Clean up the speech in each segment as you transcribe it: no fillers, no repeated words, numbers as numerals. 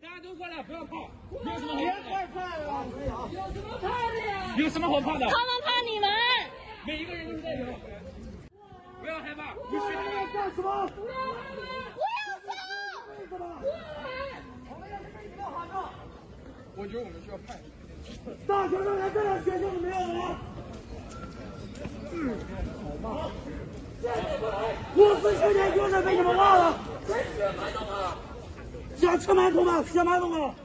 大家都过来，不要怕，有什么好怕的？有什么好怕的？ 他们怕你们。 每一个人都是战友，不要害怕，不许害怕。 干什么？ 不要走！ 我觉得我们需要判。 大学生连这样学校都没有了。54年学生被你们忘了？想吃馒头吗？吃馒头吗？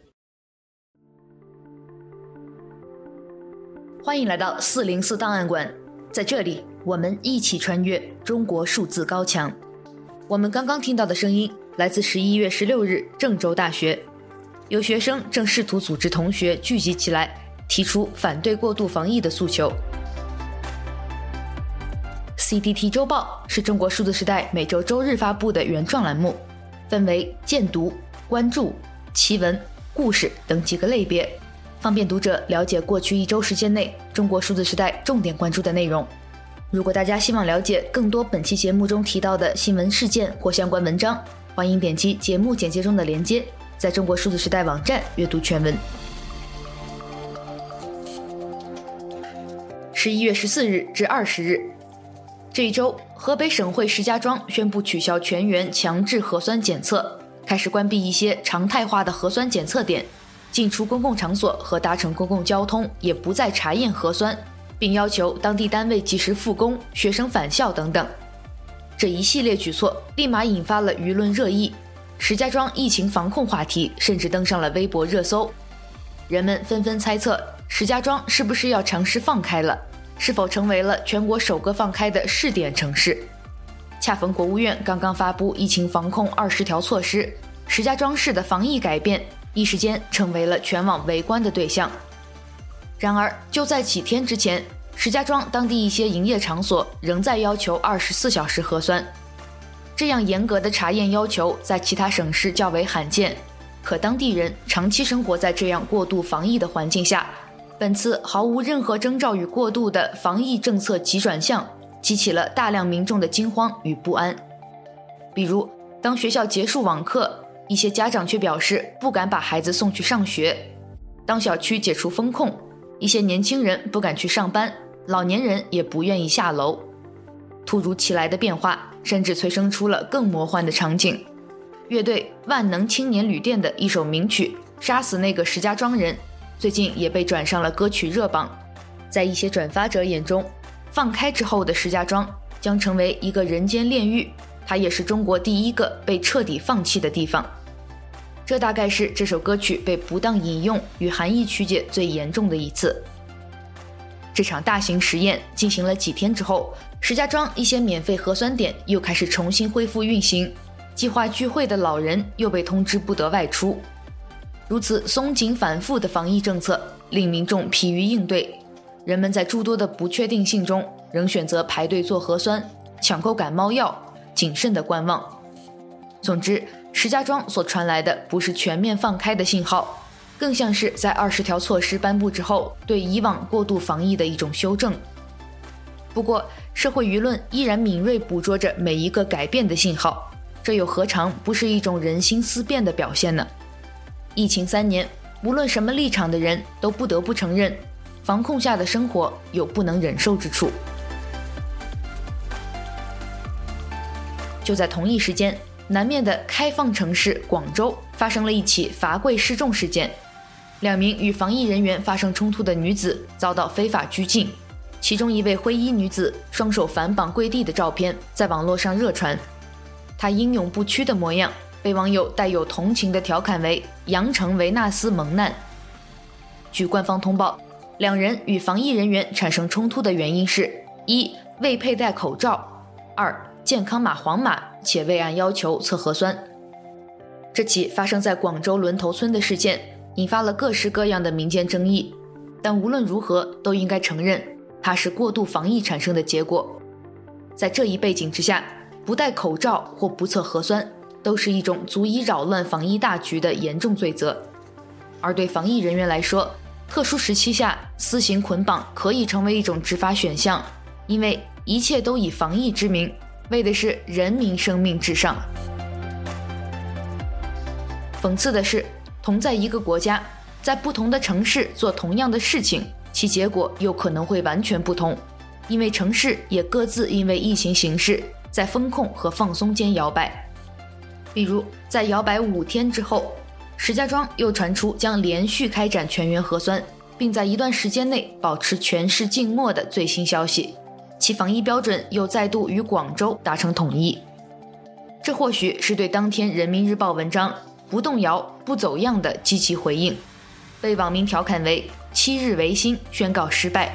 欢迎来到404档案馆，在这里我们一起穿越中国数字高墙。我们刚刚听到的声音来自11月16日郑州大学，有学生正试图组织同学聚集起来，提出反对过度防疫的诉求。CDT 周报是中国数字时代每周周日发布的原创栏目，分为荐读、关注、奇闻、故事等几个类别，方便读者了解过去一周时间内中国数字时代重点关注的内容。如果大家希望了解更多本期节目中提到的新闻事件或相关文章，欢迎点击节目简介中的连接，在中国数字时代网站阅读全文。11月14日至20日，这一周，河北省会石家庄宣布取消全员强制核酸检测，开始关闭一些常态化的核酸检测点，进出公共场所和搭乘公共交通也不再查验核酸，并要求当地单位及时复工、学生返校等等。这一系列举措立马引发了舆论热议，石家庄疫情防控话题甚至登上了微博热搜。人们纷纷猜测，石家庄是不是要尝试放开了？是否成为了全国首个放开的试点城市？恰逢国务院刚刚发布疫情防控20条措施，石家庄市的防疫改变一时间成为了全网围观的对象。然而，就在几天之前，石家庄当地一些营业场所仍在要求24小时核酸。这样严格的查验要求在其他省市较为罕见，可当地人长期生活在这样过度防疫的环境下，本次毫无任何征兆与过度的防疫政策急转向，激起了大量民众的惊慌与不安。比如，当学校结束网课，一些家长却表示不敢把孩子送去上学；当小区解除封控，一些年轻人不敢去上班，老年人也不愿意下楼。突如其来的变化甚至催生出了更魔幻的场景。乐队万能青年旅店的一首名曲《杀死那个石家庄人》最近也被转上了歌曲热榜。在一些转发者眼中，放开之后的石家庄将成为一个人间炼狱，它也是中国第一个被彻底放弃的地方。这大概是这首歌曲被不当引用与含义曲解最严重的一次。这场大型实验进行了几天之后，石家庄一些免费核酸点又开始重新恢复运行，计划聚会的老人又被通知不得外出。如此松紧反复的防疫政策令民众疲于应对，人们在诸多的不确定性中仍选择排队做核酸、抢购感冒药，谨慎的观望。总之，石家庄所传来的不是全面放开的信号，更像是在20条措施颁布之后对以往过度防疫的一种修正。不过，社会舆论依然敏锐捕捉着每一个改变的信号，这又何尝不是一种人心思变的表现呢？疫情3年，无论什么立场的人都不得不承认，防控下的生活有不能忍受之处。就在同一时间，南面的开放城市广州发生了一起罚跪示众事件，2名与防疫人员发生冲突的女子遭到非法拘禁，其中一位灰衣女子双手反绑跪地的照片在网络上热传，她英勇不屈的模样被网友带有同情的调侃为羊城维纳斯蒙难。据官方通报，2人与防疫人员产生冲突的原因是：1. 未佩戴口罩；2. 健康码黄码且未按要求测核酸。这起发生在广州仑头村的事件引发了各式各样的民间争议，但无论如何都应该承认它是过度防疫产生的结果。在这一背景之下，不戴口罩或不测核酸都是一种足以扰乱防疫大局的严重罪责。而对防疫人员来说，特殊时期下私刑捆绑可以成为一种执法选项，因为一切都以防疫之名，为的是人民生命至上。 讽刺的是，同在一个国家，在不同的城市做同样的事情，其结果又可能会完全不同，因为城市也各自因为疫情形势在风控和放松间摇摆。比如在摇摆5天之后，石家庄又传出将连续开展全员核酸，并在一段时间内保持全市静默的最新消息，其防疫标准又再度与广州达成统一。这或许是对当天人民日报文章不动摇不走样的积极回应，被网民调侃为7日维新宣告失败。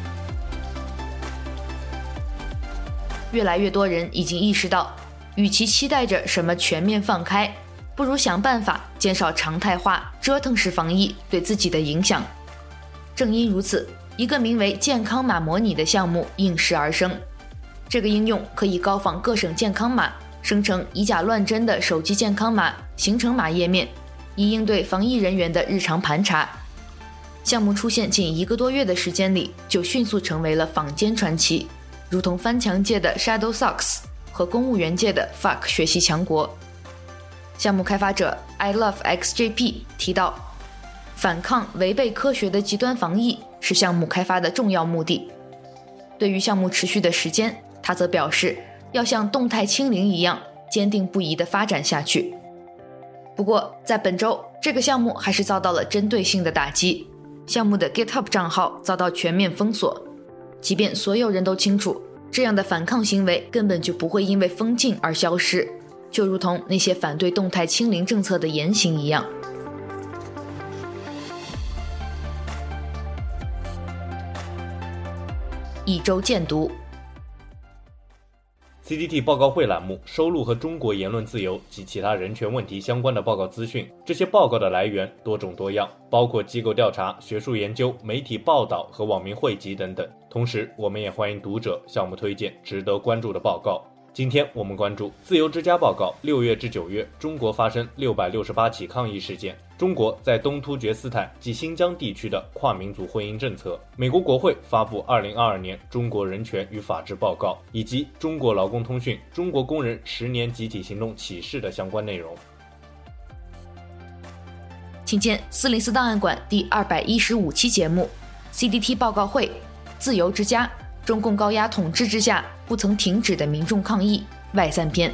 越来越多人已经意识到，与其期待着什么全面放开，不如想办法减少常态化折腾式防疫对自己的影响。正因如此，一个名为健康码模拟的项目应势而生。这个应用可以高仿各省健康码，生成以假乱真的手机健康码、行程码页面，以应对防疫人员的日常盘查。项目出现仅1个多月的时间里，就迅速成为了坊间传奇，如同翻墙界的 Shadow Socks 和公务员界的 Fuck 学习强国。项目开发者 I Love XJP 提到，反抗违背科学的极端防疫是项目开发的重要目的。对于项目持续的时间，他则表示要像动态清零一样坚定不移地发展下去。不过在本周，这个项目还是遭到了针对性的打击，项目的 GitHub 账号遭到全面封锁。即便所有人都清楚，这样的反抗行为根本就不会因为封禁而消失，就如同那些反对动态清零政策的言行一样。一周见读 CDT 报告会栏目收录和中国言论自由及其他人权问题相关的报告资讯，这些报告的来源多种多样，包括机构调查、学术研究、媒体报道和网民汇集等等。同时，我们也欢迎读者向我们推荐值得关注的报告。今天我们关注自由之家报告6月至9月中国发生668起抗议事件，中国在东突厥斯坦及新疆地区的跨民族婚姻政策，美国国会发布2022年中国人权与法治报告，以及中国劳工通讯中国工人10年集体行动启事的相关内容。 请见404档案馆第215期节目 CDT 报告会自由之家，中共高压统治之下不曾停止的民众抗议外散篇。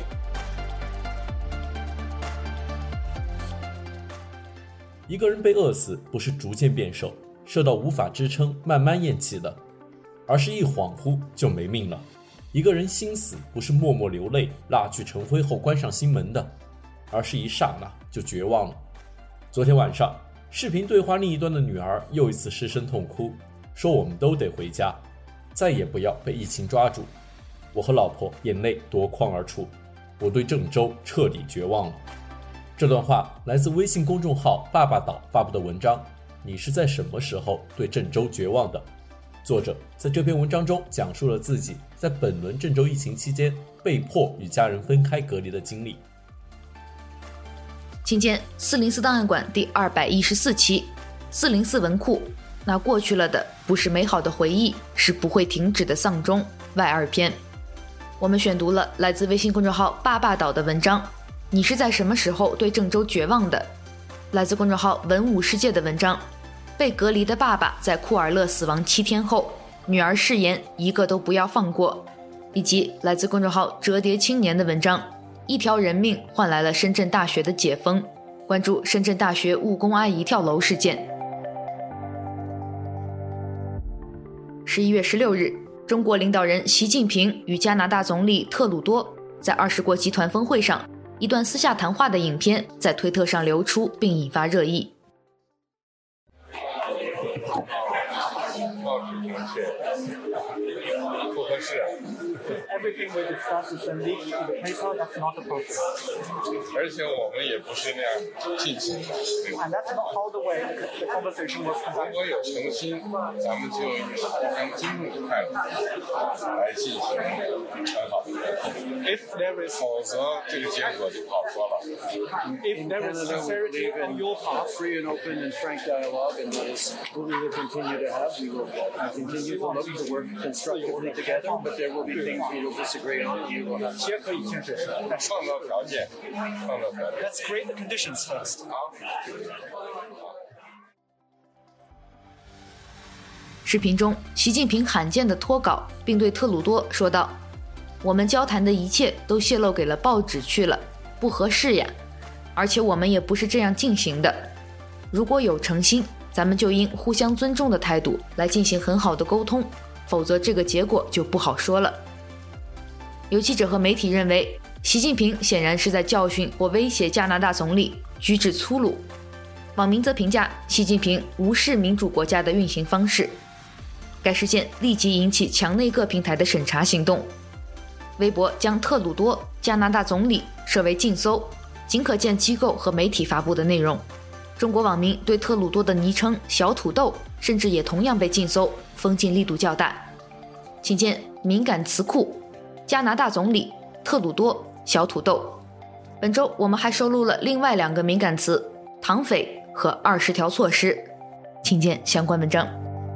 一个人被饿死，不是逐渐变瘦，瘦到无法支撑慢慢咽气的，而是一恍惚就没命了。一个人心死，不是默默流泪蜡炬成灰后关上心门的，而是一刹那就绝望了。昨天晚上，视频对话另一端的女儿又一次失声痛哭，说我们都得回家，再也不要被疫情抓住。我和老婆眼泪夺眶而出，我对郑州彻底绝望了。这段话来自微信公众号爸爸岛发布的文章，你是在什么时候对郑州绝望的？作者在这篇文章中讲述了自己在本轮郑州疫情期间被迫与家人分开隔离的经历。 请见404档案馆第214期404文库，那过去了的不是美好的回忆，是不会停止的丧钟外2篇。我们选读了来自微信公众号爸爸岛的文章，你是在什么时候对郑州绝望的？来自公众号文武世界的文章，被隔离的爸爸在库尔勒死亡7天后，女儿誓言一个都不要放过，以及来自公众号折叠青年的文章，一条人命换来了深圳大学的解封，关注深圳大学务工阿姨跳楼事件。11月16日，中国领导人习近平与加拿大总理特鲁多在20国集团峰会上一段私下谈话的影片在推特上流出，并引发热议。 不合适。Everything we discuss is leaked to the paper. That's not appropriate. 而且我们也不是那样进行的。And that's not how the way the conversation was conducted. 如果有诚心，咱们就以互相尊重的态度来进行很好的沟通。If there is， 否则这个结果就不好说了。If there is sincerity on your part, free and open and frank dialogue, and that is what we will continue to have. We will continue to look to work constructively together. on, but there will be things we will disagree on. You will have 皆可以建设起来，但是创造条件。 Let's create the conditions first. 视频中，习近平罕见的脱稿，并对特鲁多说道：“我们交谈的一切都泄露给了报纸去了，不合适呀。而且我们也不是这样进行的。如果有诚心，咱们就应互相尊重的态度来进行很好的沟通，否则这个结果就不好说了。”有记者和媒体认为，习近平显然是在教训或威胁加拿大总理，举止粗鲁。网民则评价习近平无视民主国家的运行方式。该事件立即引起墙内各平台的审查行动，微博将特鲁多加拿大总理设为禁搜，仅可见机构和媒体发布的内容。中国网民对特鲁多的昵称小土豆甚至也同样被禁搜，封禁力度较大。请见敏感词库：加拿大总理、特鲁多、小土豆。本周我们还收录了另外2个敏感词：唐匪和20条措施。请见相关文章。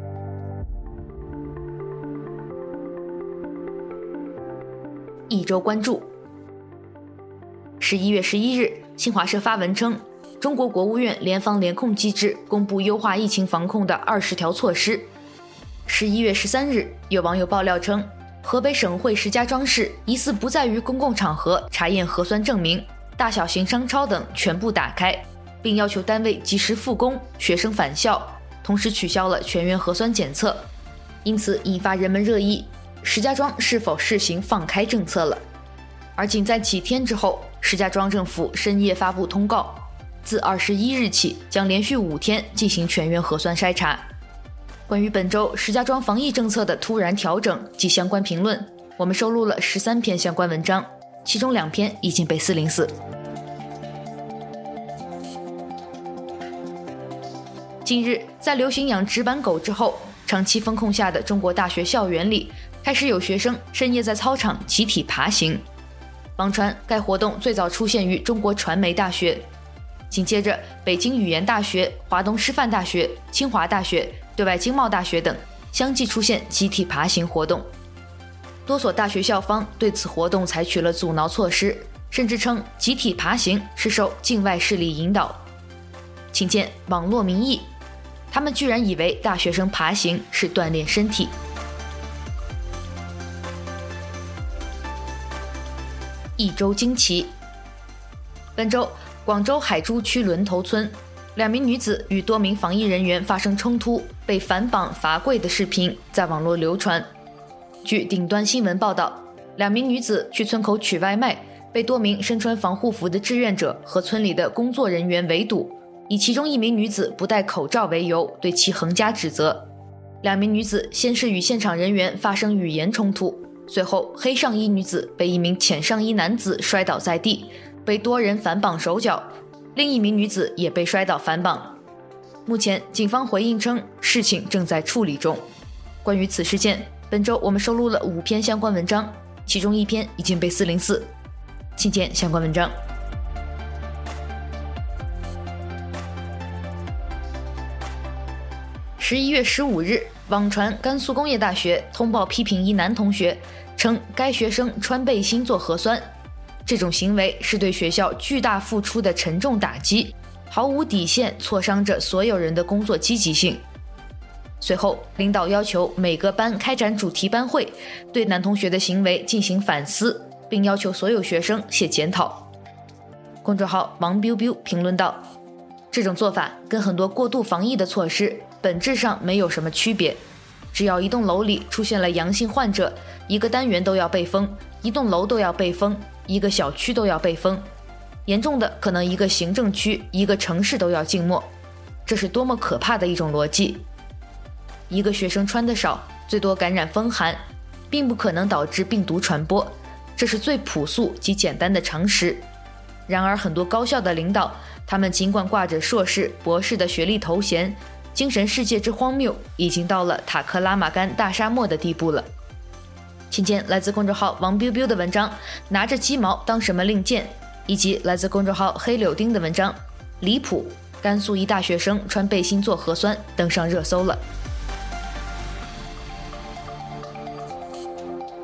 一周关注。11月11日，新华社发文称，中国国务院联防联控机制公布优化疫情防控的20条措施。11月13日，有网友爆料称，河北省会石家庄市疑似不再于公共场合查验核酸证明，大小型商超等全部打开，并要求单位及时复工，学生返校，同时取消了全员核酸检测，因此引发人们热议，石家庄是否试行放开政策了？而仅在几天之后，石家庄政府深夜发布通告，自21日起将连续5天进行全员核酸筛查。关于本周石家庄防疫政策的突然调整及相关评论，我们收录了13篇相关文章，其中2篇已经被404。近日，在流行养纸板狗之后，长期封控下的中国大学校园里，开始有学生深夜在操场集体爬行。网传该活动最早出现于中国传媒大学，紧接着北京语言大学、华东师范大学、清华大学、对外经贸大学等相继出现集体爬行活动。多所大学校方对此活动采取了阻挠措施，甚至称集体爬行是受境外势力引导。请见网络民意，他们居然以为大学生爬行是锻炼身体。一周惊奇。本周，广州海珠区仑头村2名女子与多名防疫人员发生冲突，被反绑罚跪的视频在网络流传。据顶端新闻报道，2名女子去村口取外卖，被多名身穿防护服的志愿者和村里的工作人员围堵，以其中1名女子不戴口罩为由，对其横加指责。2名女子先是与现场人员发生语言冲突，随后黑上衣女子被1名浅上衣男子摔倒在地，被多人反绑手脚，另1名女子也被摔倒反绑。目前警方回应称，事情正在处理中。关于此事件，本周我们收录了5篇相关文章，其中1篇已经被404。请见相关文章。11月15日，网传甘肃工业大学通报批评一男同学，称该学生穿背心做核酸，这种行为是对学校巨大付出的沉重打击，毫无底线挫伤着所有人的工作积极性。随后，领导要求每个班开展主题班会，对男同学的行为进行反思，并要求所有学生写检讨。公众号王 biu biu 评论道，这种做法跟很多过度防疫的措施本质上没有什么区别，只要一栋楼里出现了阳性患者，一个单元都要被封，一栋楼都要被封，一个小区都要被封，严重的可能一个行政区、一个城市都要静默，这是多么可怕的一种逻辑。一个学生穿得少，最多感染风寒，并不可能导致病毒传播，这是最朴素及简单的常识。然而很多高校的领导，他们尽管挂着硕士、博士的学历头衔，精神世界之荒谬已经到了塔克拉玛干大沙漠的地步了。请见来自公众号王 biu biu 的文章，拿着鸡毛当什么令箭，以及来自公众号黑柳丁的文章，离谱，甘肃一大学生穿背心做核酸登上热搜了。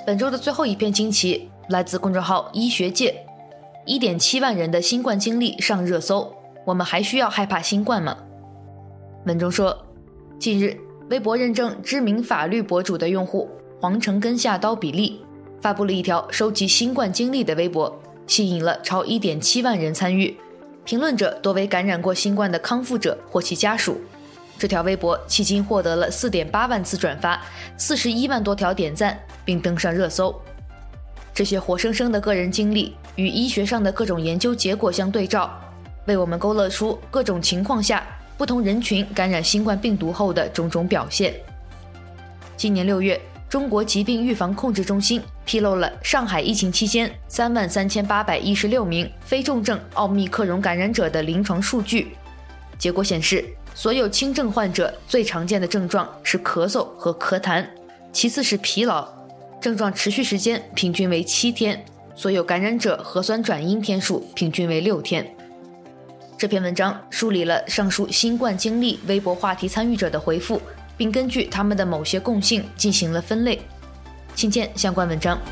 本周的最后一篇惊奇来自公众号医学界， 1.7 万人的新冠经历上热搜，我们还需要害怕新冠吗？文中说，近日微博认证知名法律博主的用户黄城根下刀比利发布了一条收集新冠经历的微博，吸引了超 1.7 万人参与，评论者多为感染过新冠的康复者或其家属。这条微博迄今获得了 4.8 万次转发，41万多条点赞，并登上热搜。这些活生生的个人经历与医学上的各种研究结果相对照，为我们勾勒出各种情况下不同人群感染新冠病毒后的种种表现。今年6月，中国疾病预防控制中心披露了上海疫情期间33816名非重症奥密克戎感染者的临床数据。结果显示，所有轻症患者最常见的症状是咳嗽和咳痰，其次是疲劳，症状持续时间平均为7天，所有感染者核酸转阴天数平均为6天。这篇文章梳理了上述新冠经历微博话题参与者的回复，并根据他们的某些共性进行了分类，请见相关文章。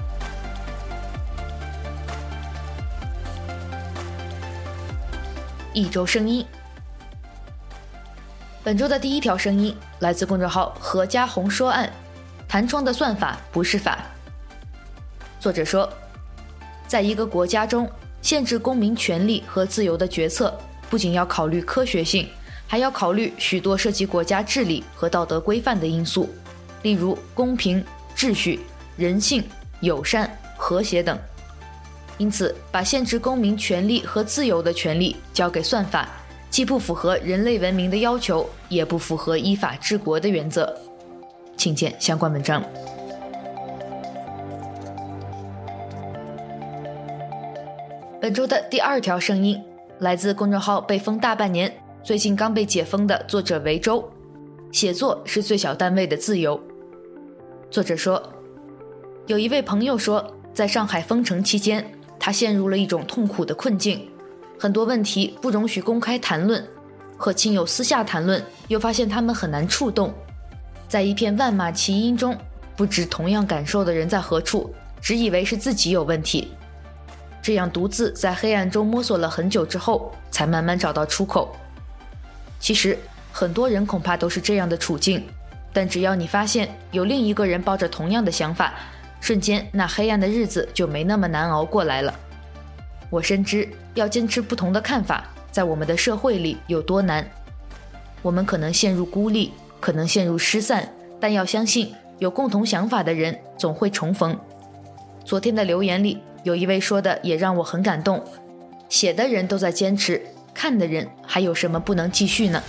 一周声音，本周的第一条声音来自公众号何家红说案，弹窗的算法不是法。作者说，在一个国家中，限制公民权利和自由的决策不仅要考虑科学性，还要考虑许多涉及国家治理和道德规范的因素，例如公平、秩序、人性、友善、和谐等。因此，把限制公民权利和自由的权利交给算法，既不符合人类文明的要求，也不符合依法治国的原则。请见相关文章。本周的第二条声音来自公众号被封大半年，最近刚被解封的作者维州，写作是最小单位的自由。作者说，有一位朋友说，在上海封城期间，他陷入了一种痛苦的困境，很多问题不容许公开谈论，和亲友私下谈论，又发现他们很难触动。在一片万马齐喑中，不知同样感受的人在何处，只以为是自己有问题。这样独自在黑暗中摸索了很久之后，才慢慢找到出口。其实很多人恐怕都是这样的处境，但只要你发现有另一个人抱着同样的想法，瞬间那黑暗的日子就没那么难熬过来了。我深知要坚持不同的看法，在我们的社会里有多难。我们可能陷入孤立，可能陷入失散，但要相信有共同想法的人总会重逢。昨天的留言里有一位说的也让我很感动，写的人都在坚持，看的人还有什么不能继续呢？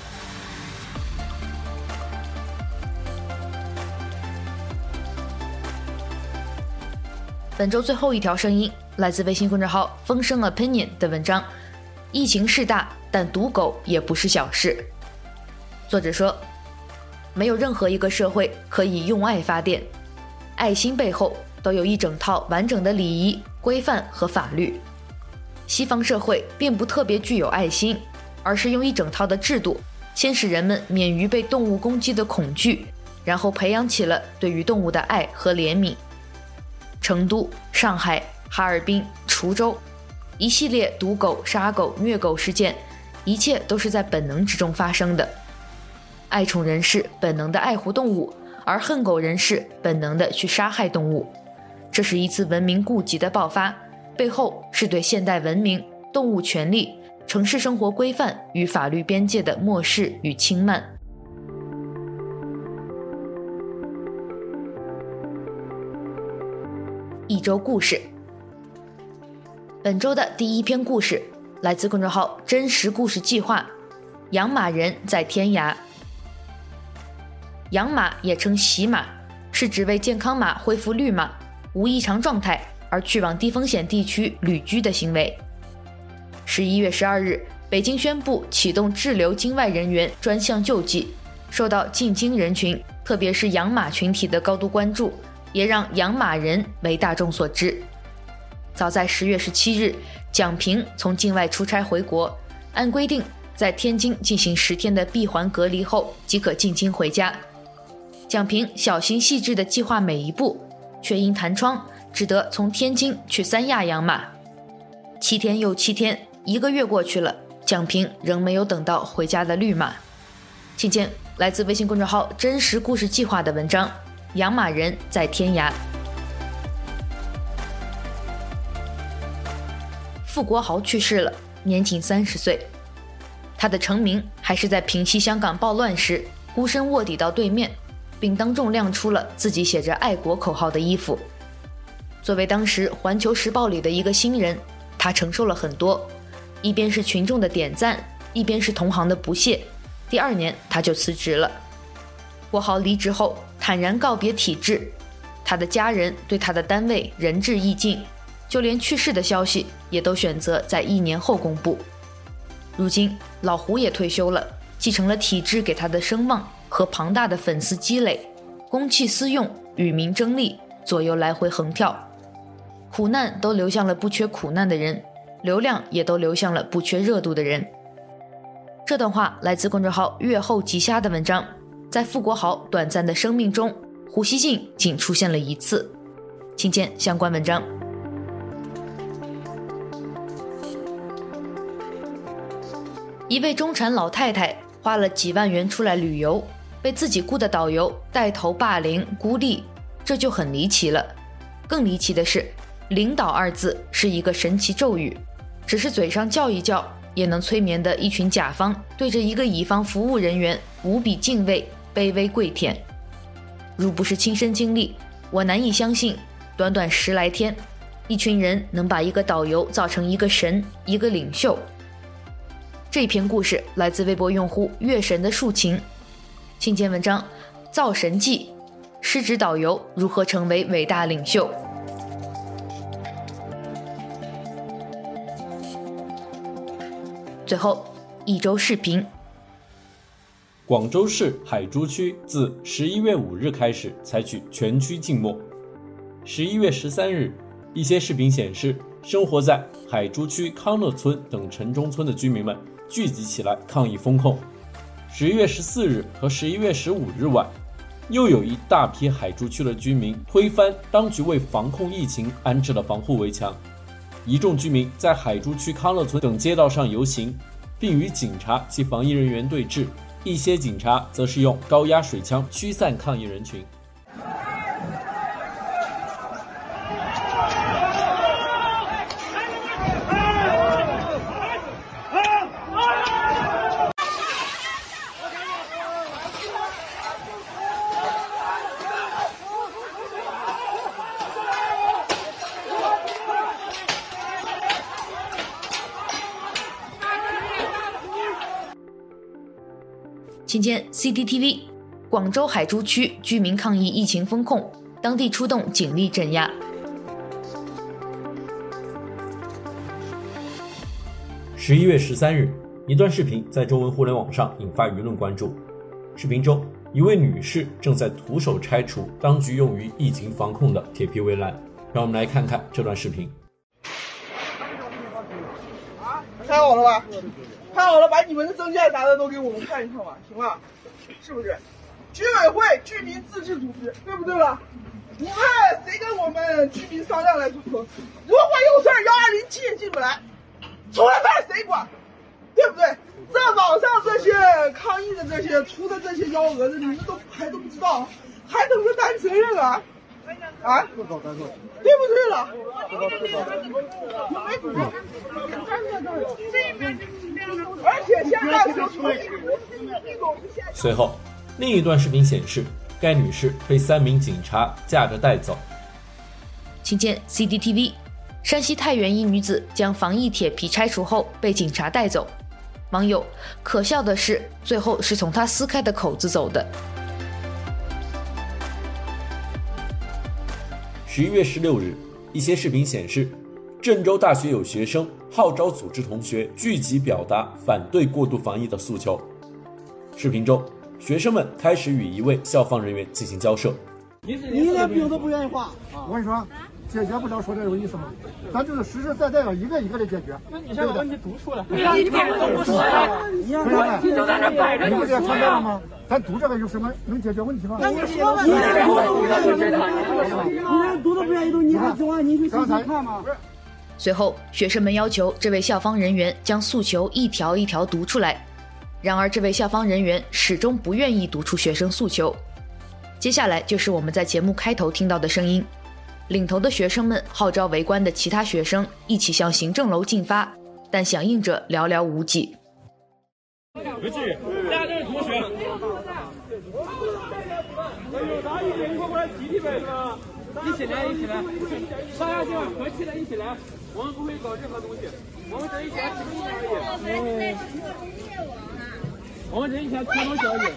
本周最后一条声音来自微信公众号风声 opinion 的文章，疫情事大，但毒狗也不是小事。作者说，没有任何一个社会可以用爱发电，爱心背后都有一整套完整的礼仪、规范和法律。西方社会并不特别具有爱心，而是用一整套的制度，先使人们免于被动物攻击的恐惧，然后培养起了对于动物的爱和怜悯。成都、上海、哈尔滨、滁州，一系列毒狗、杀狗、虐狗事件，一切都是在本能之中发生的。爱宠人士本能的爱护动物，而恨狗人士本能的去杀害动物。这是一次文明痼疾的爆发，背后是对现代文明、动物权利、城市生活规范与法律边界的漠视与轻慢。一周故事，本周的第一篇故事来自公众号真实故事计划，养马人在天涯。养马也称洗马，是指为健康马恢复绿码、无异常状态而去往低风险地区旅居的行为。11月12日，北京宣布启动滞留境外人员专项救济，受到进京人群，特别是养马群体的高度关注，也让养马人为大众所知。早在10月17日，蒋平从境外出差回国，按规定在天津进行10天的闭环隔离后即可进京回家。蒋平小心细致地计划每一步， 却因弹窗只得从天津去三亚养马。7天又7天，1个月过去了，蒋平仍没有等到回家的绿马。请见来自微信公众号真实故事计划的文章《养马人在天涯》。傅国豪去世了，年仅30岁。他的成名还是在平息香港暴乱时孤身卧底到对面，并当众亮出了自己写着爱国口号的衣服。作为当时《环球时报》里的一个新人，他承受了很多，一边是群众的点赞，一边是同行的不屑。第2年他就辞职了。国豪离职后坦然告别体制，他的家人对他的单位仁至义尽，就连去世的消息也都选择在1年后公布。如今老胡也退休了，继承了体制给他的声望和庞大的粉丝积累，公器私用，与民争利，左右来回横跳。苦难都流向了不缺苦难的人，流量也都流向了不缺热度的人。这段话来自公众号月后吉虾的文章。在傅国豪短暂的生命中，胡锡进仅出现了1次。请见相关文章。一位中产老太太花了几万元出来旅游，被自己雇的导游带头霸凌孤立，这就很离奇了。更离奇的是，领导2字是一个神奇咒语，只是嘴上叫一叫也能催眠的一群甲方对着一个乙方服务人员无比敬畏，卑微跪舔。如不是亲身经历，我难以相信短短10来天，一群人能把一个导游造成一个神，一个领袖。这篇故事来自微博用户月神的抒情。请见文章《造神记》，失职导游如何成为伟大领袖。最后一周视频。 广州市海珠区自11月5日开始采取全区静默。11月13日，一些视频显示，生活在海珠区康乐村等城中村的居民们聚集起来抗议封控。11月14日和11月15日晚，又有一大批海珠区的居民推翻当局为防控疫情安置的防护围墙。一众居民在海珠区康乐村等街道上游行，并与警察及防疫人员对峙，一些警察则是用高压水枪驱散抗议人群。 请见 CCTV， 广州海珠区居民抗议疫情封控，当地出动警力镇压。 11月13日，一段视频在中文互联网上引发舆论关注。视频中，一位女士正在徒手拆除当局用于疫情防控的铁皮围栏。让我们来看看这段视频。 看好了吧？看好了，把你们的证件啥的都给我们看一看吧，行吧？是不是？居委会居民自治组织，对不对了？你们谁跟我们居民商量来就说，如果有事127进不来，出了事谁管？对不对？这网上这些抗议的这些出的这些幺蛾子，你们都还都不知道，还等着担责任啊？啊？对不对了？而且现在随后，另一段视频显示，该女士被3名警察架着带走。 请见 CCTV， 山西太原一女子将防疫铁皮拆除后被警察带走。网友：可笑的是，最后是从她撕开的口子走的。 11月16日，一些视频显示，郑州大学有学生号召组织同学聚集表达反对过度防疫的诉求。视频中，学生们开始与一位消防人员进行交涉。 你连兵都不愿意画，我跟你说， 解决不了说这个问题什么，咱就是实实在在的一个一个的解决。 那你这个问题读出来， 一点都不是。你就在那摆着，你不是也看到了吗？咱读这个有什么能解决问题吗？ 那你说吧，你连读都不愿意读，你还指望你去试试看吗？ 随后，学生们要求这位校方人员将诉求一条一条读出来，然而这位校方人员始终不愿意读出学生诉求。接下来就是我们在节目开头听到的声音，领头的学生们号召围观的其他学生一起向行政楼进发，但响应者寥寥无几。 回去，大家都是同学。拿一点一块过来集体摆是吧？一起来，一起来，大家就和气的一起来。我们不会搞任何东西，我们只一起来提供而已。我们只一起来提供而已。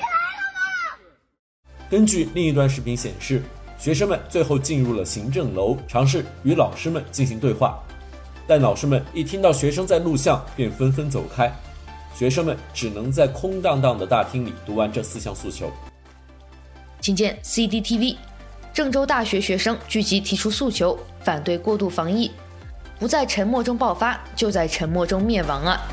根据另一段视频显示，学生们最后进入了行政楼，尝试与老师们进行对话，但老师们一听到学生在录像，便纷纷走开。学生们只能在空荡荡的大厅里读完这4项诉求。 请见 CDTV， 郑州大学学生聚集提出诉求，反对过度防疫，不在沉默中爆发，就在沉默中灭亡啊！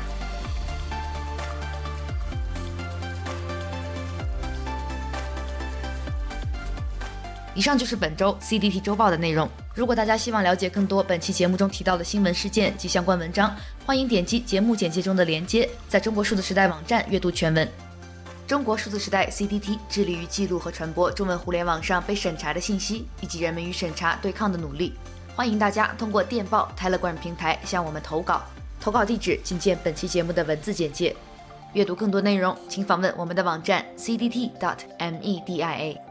以上就是本周 CDT 周报的内容。如果大家希望了解更多本期节目中提到的新闻事件及相关文章，欢迎点击节目简介中的连接，在中国数字时代网站阅读全文。中国数字时代 CDT 致力于记录和传播中文互联网上被审查的信息，以及人们与审查对抗的努力。欢迎大家通过电报 Telegram 平台向我们投稿，投稿地址请见本期节目的文字简介。阅读更多内容，请访问我们的网站 cdt.media。